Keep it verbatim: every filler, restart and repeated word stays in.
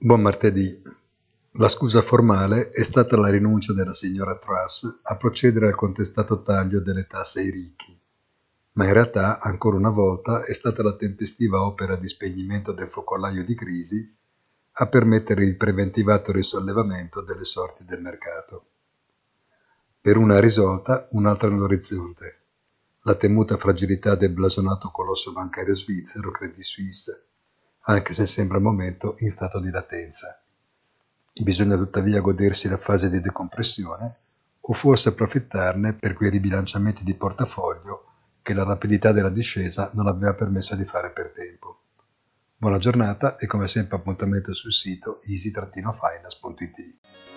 Buon martedì. La scusa formale è stata la rinuncia della signora Truss a procedere al contestato taglio delle tasse ai ricchi, ma in realtà, ancora una volta, è stata la tempestiva opera di spegnimento del focolaio di crisi a permettere il preventivato risollevamento delle sorti del mercato. Per una risolta, un'altra all'orizzonte: la temuta fragilità del blasonato colosso bancario svizzero Credit Suisse, anche se sembra al momento in stato di latenza. Bisogna tuttavia godersi la fase di decompressione o forse approfittarne per quei ribilanciamenti di portafoglio che la rapidità della discesa non aveva permesso di fare per tempo. Buona giornata e come sempre appuntamento sul sito easy-finance punto it.